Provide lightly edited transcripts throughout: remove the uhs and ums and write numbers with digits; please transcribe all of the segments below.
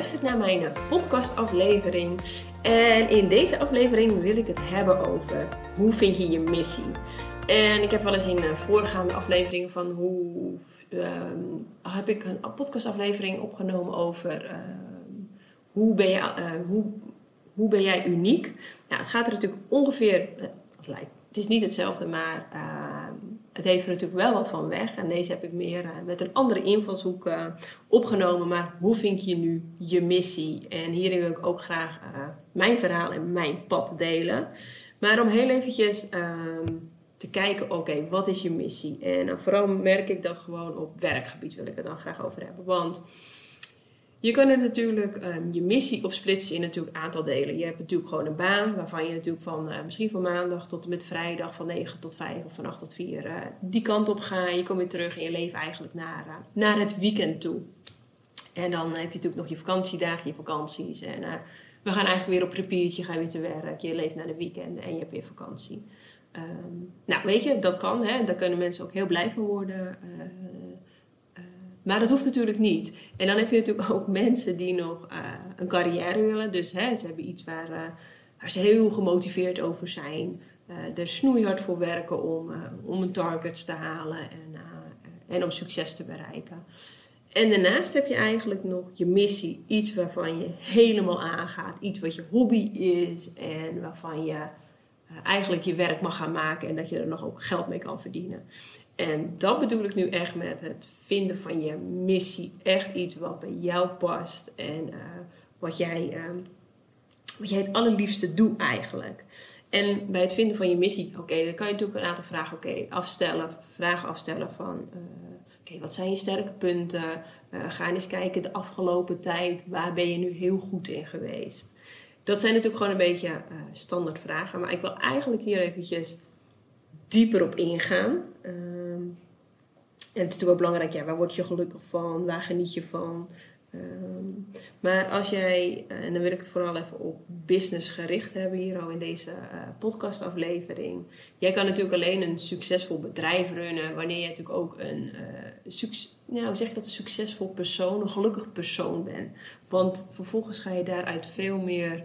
luistert naar mijn podcastaflevering. En in deze aflevering wil ik het hebben over hoe vind je je missie. En ik heb wel eens in voorgaande afleveringen van heb ik een podcastaflevering opgenomen over hoe ben jij uniek. Nou, het gaat er natuurlijk ongeveer, het is niet hetzelfde, maar het heeft er natuurlijk wel wat van weg. En deze heb ik meer met een andere invalshoek opgenomen. Maar hoe vind je nu je missie? En hierin wil ik ook graag mijn verhaal en mijn pad delen. Maar om heel eventjes te kijken, oké, wat is je missie? En vooral merk ik dat gewoon op werkgebied wil ik het dan graag over hebben. Want je kan er natuurlijk je missie opsplitsen in natuurlijk een aantal delen. Je hebt natuurlijk gewoon een baan waarvan je natuurlijk misschien van maandag tot en met vrijdag van 9 tot 5 of van 8 tot 4 die kant op gaat. Je komt weer terug in je leven eigenlijk naar het weekend toe. En dan heb je natuurlijk nog je vakantiedagen, je vakanties. En we gaan eigenlijk weer op repeat. Je gaat weer te werk, je leeft naar de weekend en je hebt weer vakantie. Nou, weet je, dat kan. Hè? Daar kunnen mensen ook heel blij van worden. Maar dat hoeft natuurlijk niet. En dan heb je natuurlijk ook mensen die nog een carrière willen. Dus ze hebben iets waar ze heel gemotiveerd over zijn. Er snoeihard voor werken om hun targets te halen en om succes te bereiken. En daarnaast heb je eigenlijk nog je missie. Iets waarvan je helemaal aangaat. Iets wat je hobby is en waarvan je eigenlijk je werk mag gaan maken. En dat je er nog ook geld mee kan verdienen. En dat bedoel ik nu echt met het vinden van je missie. Echt iets wat bij jou past. En wat jij het allerliefste doet eigenlijk. En bij het vinden van je missie, dan kan je natuurlijk een aantal vragen afstellen van wat zijn je sterke punten? Ga eens kijken de afgelopen tijd, waar ben je nu heel goed in geweest? Dat zijn natuurlijk gewoon een beetje standaard vragen. Maar ik wil eigenlijk hier eventjes dieper op ingaan. En het is natuurlijk ook belangrijk, waar word je gelukkig van? Waar geniet je van? Maar als jij, en dan wil ik het vooral even op business gericht hebben hier al in deze podcastaflevering. Jij kan natuurlijk alleen een succesvol bedrijf runnen wanneer je natuurlijk ook een succesvol persoon, een gelukkig persoon bent. Want vervolgens ga je daaruit veel meer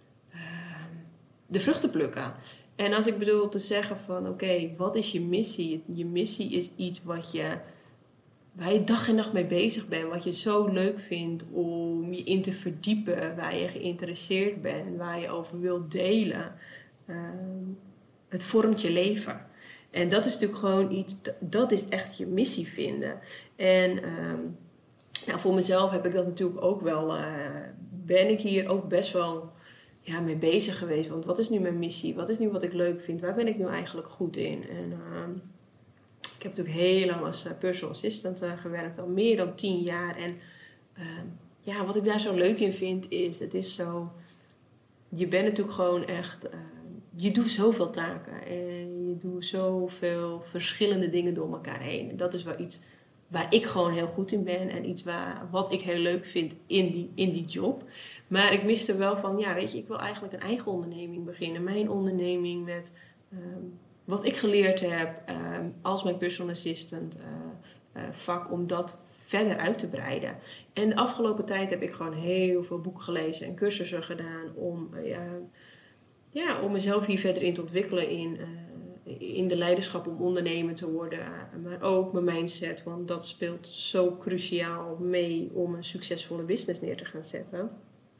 de vruchten plukken. En als ik bedoel te zeggen van wat is je missie? Je missie is iets waar je dag en nacht mee bezig bent. Wat je zo leuk vindt om je in te verdiepen. Waar je geïnteresseerd bent. Waar je over wilt delen. Het vormt je leven. En dat is natuurlijk gewoon iets, dat is echt je missie vinden. En voor mezelf heb ik dat natuurlijk ook wel, ben ik hier ook best wel mee bezig geweest. Want wat is nu mijn missie? Wat is nu wat ik leuk vind? Waar ben ik nu eigenlijk goed in? En ik heb natuurlijk heel lang als personal assistant gewerkt. Al meer dan 10 jaar. En wat ik daar zo leuk in vind is, het is zo, je bent natuurlijk gewoon echt, je doet zoveel taken. En je doet zoveel verschillende dingen door elkaar heen. En dat is wel iets waar ik gewoon heel goed in ben. En iets wat ik heel leuk vind in die job. Maar ik miste wel van, ik wil eigenlijk een eigen onderneming beginnen. Mijn onderneming met wat ik geleerd heb als mijn personal assistant vak, om dat verder uit te breiden. En de afgelopen tijd heb ik gewoon heel veel boeken gelezen en cursussen gedaan om mezelf hier verder in te ontwikkelen in de leiderschap om ondernemer te worden. Maar ook mijn mindset, want dat speelt zo cruciaal mee om een succesvolle business neer te gaan zetten.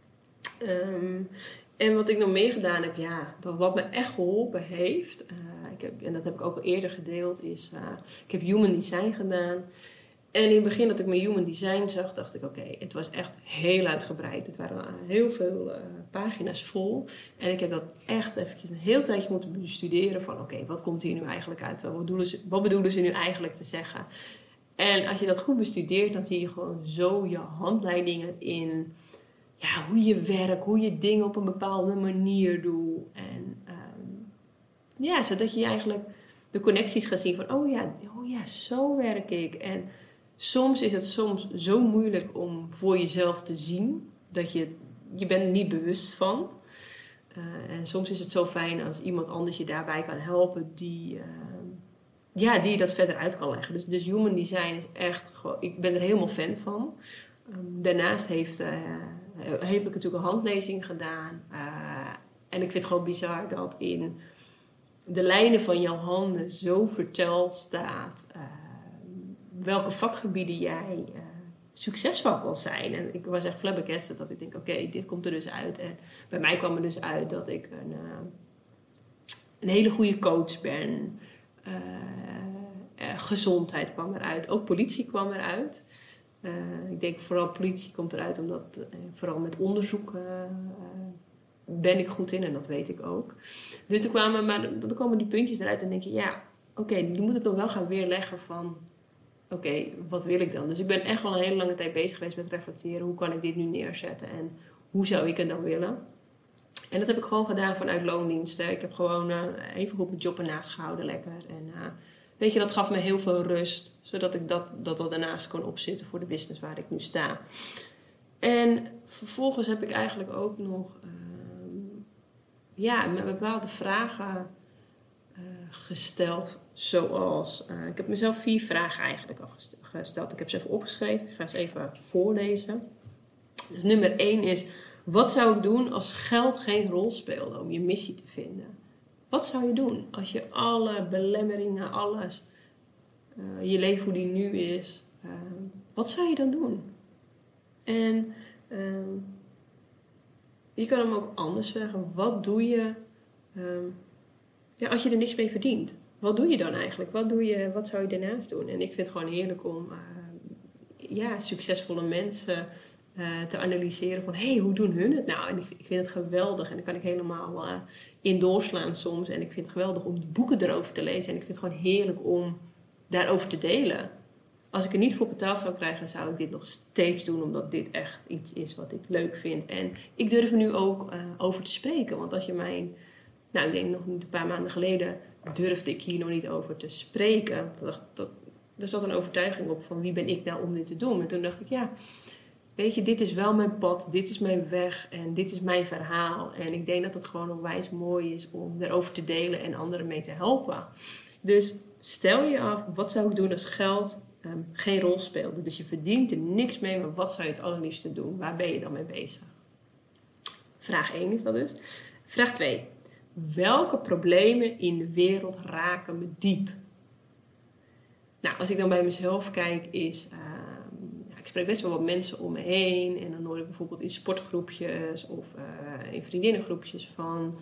En wat ik nog meer gedaan heb, wat me echt geholpen heeft, en dat heb ik ook al eerder gedeeld, is ik heb human design gedaan. En in het begin dat ik mijn human design zag, dacht ik het was echt heel uitgebreid. Het waren heel veel pagina's vol. En ik heb dat echt eventjes een heel tijdje moeten bestuderen van wat komt hier nu eigenlijk uit? Wat bedoelen ze nu eigenlijk te zeggen? En als je dat goed bestudeert, dan zie je gewoon zo je handleidingen in hoe je werkt, hoe je dingen op een bepaalde manier doet. En zodat je eigenlijk de connecties gaat zien van zo werk ik. En soms is het zo moeilijk om voor jezelf te zien dat je bent er niet bewust van. En soms is het zo fijn als iemand anders je daarbij kan helpen die je dat verder uit kan leggen. Dus human design is echt, ik ben er helemaal fan van. Daarnaast heeft heb ik natuurlijk een handlezing gedaan. En ik vind het gewoon bizar dat in de lijnen van jouw handen zo verteld staat welke vakgebieden jij succesvol wil zijn. En ik was echt flabbergasted dat ik denk, oké, dit komt er dus uit. En bij mij kwam er dus uit dat ik een hele goede coach ben. Gezondheid kwam eruit. Ook politie kwam eruit. Ik denk vooral politie komt eruit omdat vooral met onderzoek ben ik goed in en dat weet ik ook. Dus dan kwamen die puntjes eruit en denk je, ja, oké, je moet het nog wel gaan weerleggen van, oké, wat wil ik dan? Dus ik ben echt wel een hele lange tijd bezig geweest met reflecteren. Hoe kan ik dit nu neerzetten en hoe zou ik het dan willen? En dat heb ik gewoon gedaan vanuit loondiensten. Ik heb gewoon even goed mijn job ernaast gehouden, lekker. En weet je, dat gaf me heel veel rust. Zodat ik dat daarnaast kon opzitten voor de business waar ik nu sta. En vervolgens heb ik eigenlijk ook nog met bepaalde vragen gesteld. Zoals, ik heb mezelf 4 vragen eigenlijk afgesteld. Ik heb ze even opgeschreven. Ik ga ze even voorlezen. Dus nummer 1 is, wat zou ik doen als geld geen rol speelde om je missie te vinden? Wat zou je doen als je alle belemmeringen, alles, je leven hoe die nu is, wat zou je dan doen? En je kan hem ook anders vragen. Wat doe je als je er niks mee verdient? Wat doe je dan eigenlijk? Wat zou je daarnaast doen? En ik vind het gewoon heerlijk om succesvolle mensen te analyseren van, hoe doen hun het nou? En ik vind het geweldig en daar kan ik helemaal in doorslaan soms. En ik vind het geweldig om die boeken erover te lezen. En ik vind het gewoon heerlijk om daarover te delen. Als ik er niet voor betaald zou krijgen, zou ik dit nog steeds doen, omdat dit echt iets is wat ik leuk vind. En ik durf er nu ook over te spreken. Want als je mij, ik denk nog een paar maanden geleden, durfde ik hier nog niet over te spreken. Er zat een overtuiging op van, wie ben ik nou om dit te doen? En toen dacht ik, weet je, dit is wel mijn pad, dit is mijn weg en dit is mijn verhaal. En ik denk dat het gewoon onwijs mooi is om erover te delen en anderen mee te helpen. Dus stel je af, wat zou ik doen als geld geen rol speelde? Dus je verdient er niks mee, maar wat zou je het allerliefste doen? Waar ben je dan mee bezig? Vraag 1 is dat dus. Vraag 2. Welke problemen in de wereld raken me diep? Nou, als ik dan bij mezelf kijk, is... ik spreek best wel wat mensen om me heen. En dan hoor ik bijvoorbeeld in sportgroepjes of in vriendinnengroepjes van...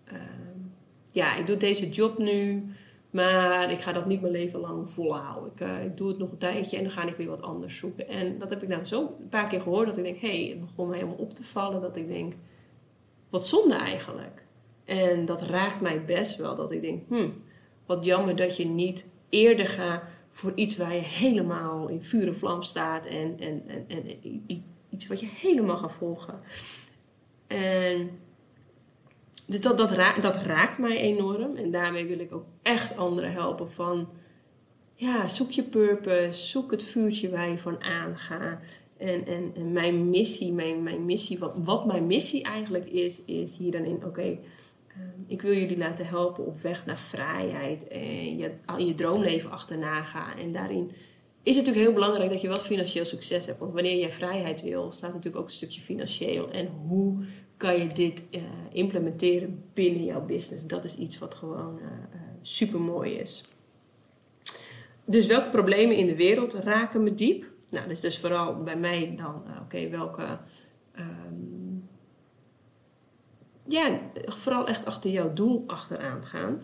ik doe deze job nu, maar ik ga dat niet mijn leven lang volhouden. Ik doe het nog een tijdje en dan ga ik weer wat anders zoeken. En dat heb ik nou zo een paar keer gehoord dat ik denk... het begon me helemaal op te vallen dat ik denk... Wat zonde eigenlijk. En dat raakt mij best wel. Dat ik denk, wat jammer dat je niet eerder gaat voor iets waar je helemaal in vuur en vlam staat. En iets wat je helemaal gaat volgen. En dus dat raakt mij enorm. En daarmee wil ik ook echt anderen helpen van... zoek je purpose. Zoek het vuurtje waar je van aangaat. En mijn missie, wat mijn missie eigenlijk is hier dan in... ik wil jullie laten helpen op weg naar vrijheid en je droomleven achterna gaan. En daarin is het natuurlijk heel belangrijk dat je wel financieel succes hebt. Want wanneer je vrijheid wil, staat natuurlijk ook een stukje financieel. En hoe kan je dit implementeren binnen jouw business? Dat is iets wat gewoon super mooi is. Dus welke problemen in de wereld raken me diep? Nou, dat is dus vooral bij mij dan, welke... vooral echt achter jouw doel achteraan gaan.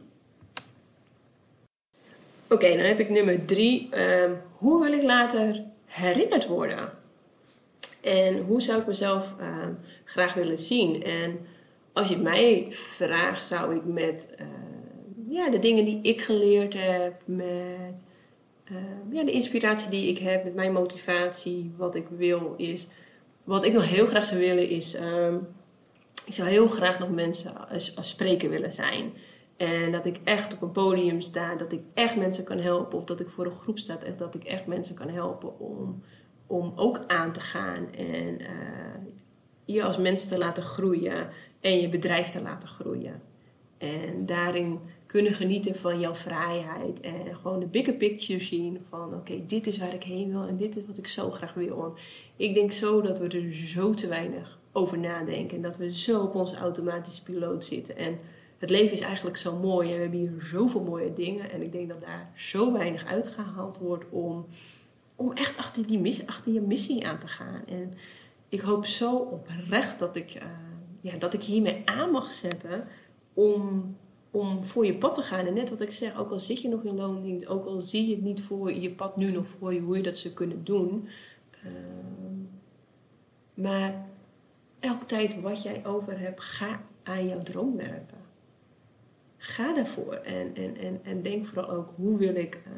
Oké, dan heb ik nummer 3. Hoe wil ik later herinnerd worden? En hoe zou ik mezelf graag willen zien? En als je mij vraagt, zou ik met de dingen die ik geleerd heb, met de inspiratie die ik heb, met mijn motivatie, wat ik wil is... Wat ik nog heel graag zou willen is... ik zou heel graag nog mensen als spreker willen zijn. En dat ik echt op een podium sta. Dat ik echt mensen kan helpen. Of dat ik voor een groep sta. Dat ik echt mensen kan helpen om ook aan te gaan. En je als mens te laten groeien. En je bedrijf te laten groeien. En daarin kunnen genieten van jouw vrijheid. En gewoon de bigger picture zien van oké, dit is waar ik heen wil en dit is wat ik zo graag wil. Want ik denk zo dat we er zo te weinig over nadenken. En dat we zo op onze automatische piloot zitten. En het leven is eigenlijk zo mooi en we hebben hier zoveel mooie dingen. En ik denk dat daar zo weinig uitgehaald wordt om echt achter je missie aan te gaan. En ik hoop zo oprecht dat ik hiermee aan mag zetten om voor je pad te gaan. En net wat ik zeg, ook al zit je nog in loondienst, ook al zie je het niet voor je pad nu nog voor je, hoe je dat zou kunnen doen. Maar elke tijd wat jij over hebt, ga aan jouw droom werken. Ga daarvoor en denk vooral ook, hoe wil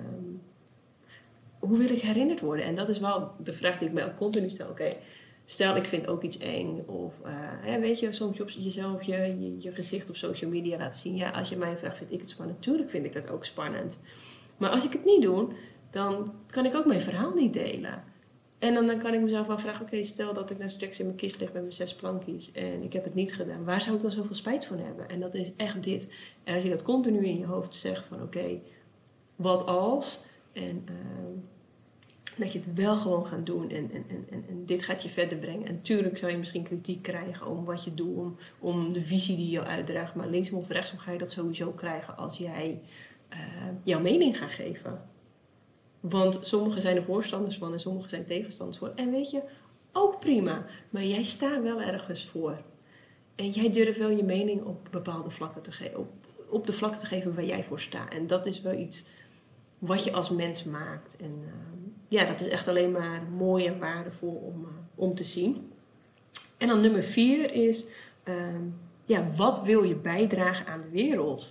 ik herinnerd worden? En dat is wel de vraag die ik mij ook continu stel. Oké, stel ik vind ook iets eng. Of weet je, soms op jezelf je gezicht op social media laten zien. Ja, als je mij vraagt, vind ik het spannend? Natuurlijk vind ik het ook spannend. Maar als ik het niet doe, dan kan ik ook mijn verhaal niet delen. En dan kan ik mezelf wel vragen, oké, stel dat ik nou straks in mijn kist lig met mijn 6 plankjes en ik heb het niet gedaan. Waar zou ik dan zoveel spijt van hebben? En dat is echt dit. En als je dat continu in je hoofd zegt van oké, wat als? En dat je het wel gewoon gaat doen en dit gaat je verder brengen. En natuurlijk zou je misschien kritiek krijgen om wat je doet, om de visie die je uitdraagt. Maar linksom of rechtsom ga je dat sowieso krijgen als jij jouw mening gaat geven. Want sommigen zijn er voorstanders van en sommigen zijn tegenstanders voor. En weet je, ook prima. Maar jij staat wel ergens voor. En jij durft wel je mening op bepaalde vlakken te geven. Op de vlakken te geven waar jij voor staat. En dat is wel iets wat je als mens maakt. En dat is echt alleen maar mooi en waardevol om te zien. En dan nummer 4 is, wat wil je bijdragen aan de wereld?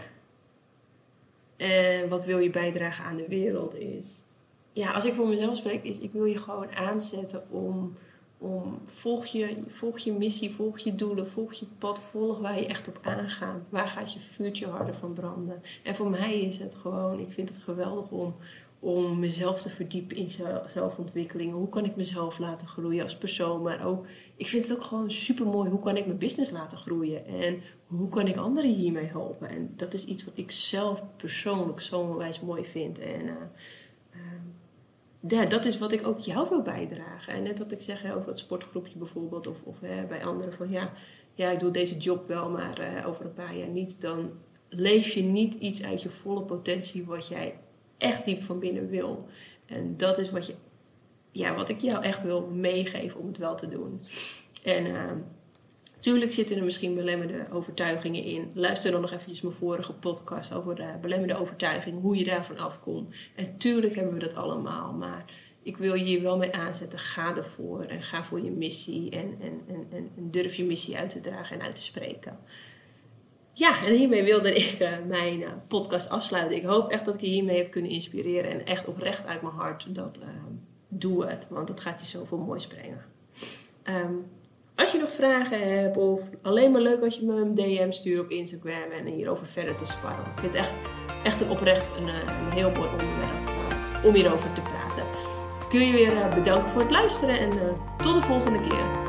En wat wil je bijdragen aan de wereld is... Ja, als ik voor mezelf spreek, is ik wil je gewoon aanzetten om volg je missie, volg je doelen, volg je pad, volg waar je echt op aangaat. Waar gaat je vuurtje harder van branden? En voor mij is het gewoon, ik vind het geweldig om mezelf te verdiepen in zelfontwikkeling. Hoe kan ik mezelf laten groeien als persoon? Maar ook, ik vind het ook gewoon super mooi. Hoe kan ik mijn business laten groeien? En hoe kan ik anderen hiermee helpen? En dat is iets wat ik zelf persoonlijk zo onwijs mooi vind. En dat is wat ik ook jou wil bijdragen. En net wat ik zeg over het sportgroepje bijvoorbeeld. Of bij anderen van ja, ik doe deze job wel, maar over een paar jaar niet. Dan leef je niet iets uit je volle potentie wat jij echt diep van binnen wil. En dat is wat ik jou echt wil meegeven om het wel te doen. En tuurlijk zitten er misschien belemmerde overtuigingen in. Luister dan nog eventjes mijn vorige podcast over de belemmerde overtuiging. Hoe je daarvan afkomt. En tuurlijk hebben we dat allemaal. Maar ik wil je hier wel mee aanzetten. Ga ervoor. En ga voor je missie. En durf je missie uit te dragen en uit te spreken. Ja, en hiermee wilde ik mijn podcast afsluiten. Ik hoop echt dat ik je hiermee heb kunnen inspireren. En echt oprecht uit mijn hart. Doe het. Want dat gaat je zoveel moois brengen. Als je nog vragen hebt of alleen maar leuk als je me een DM stuurt op Instagram en hierover verder te sparren. Want ik vind het echt een heel mooi onderwerp om hierover te praten. Ik wil je weer bedanken voor het luisteren en tot de volgende keer.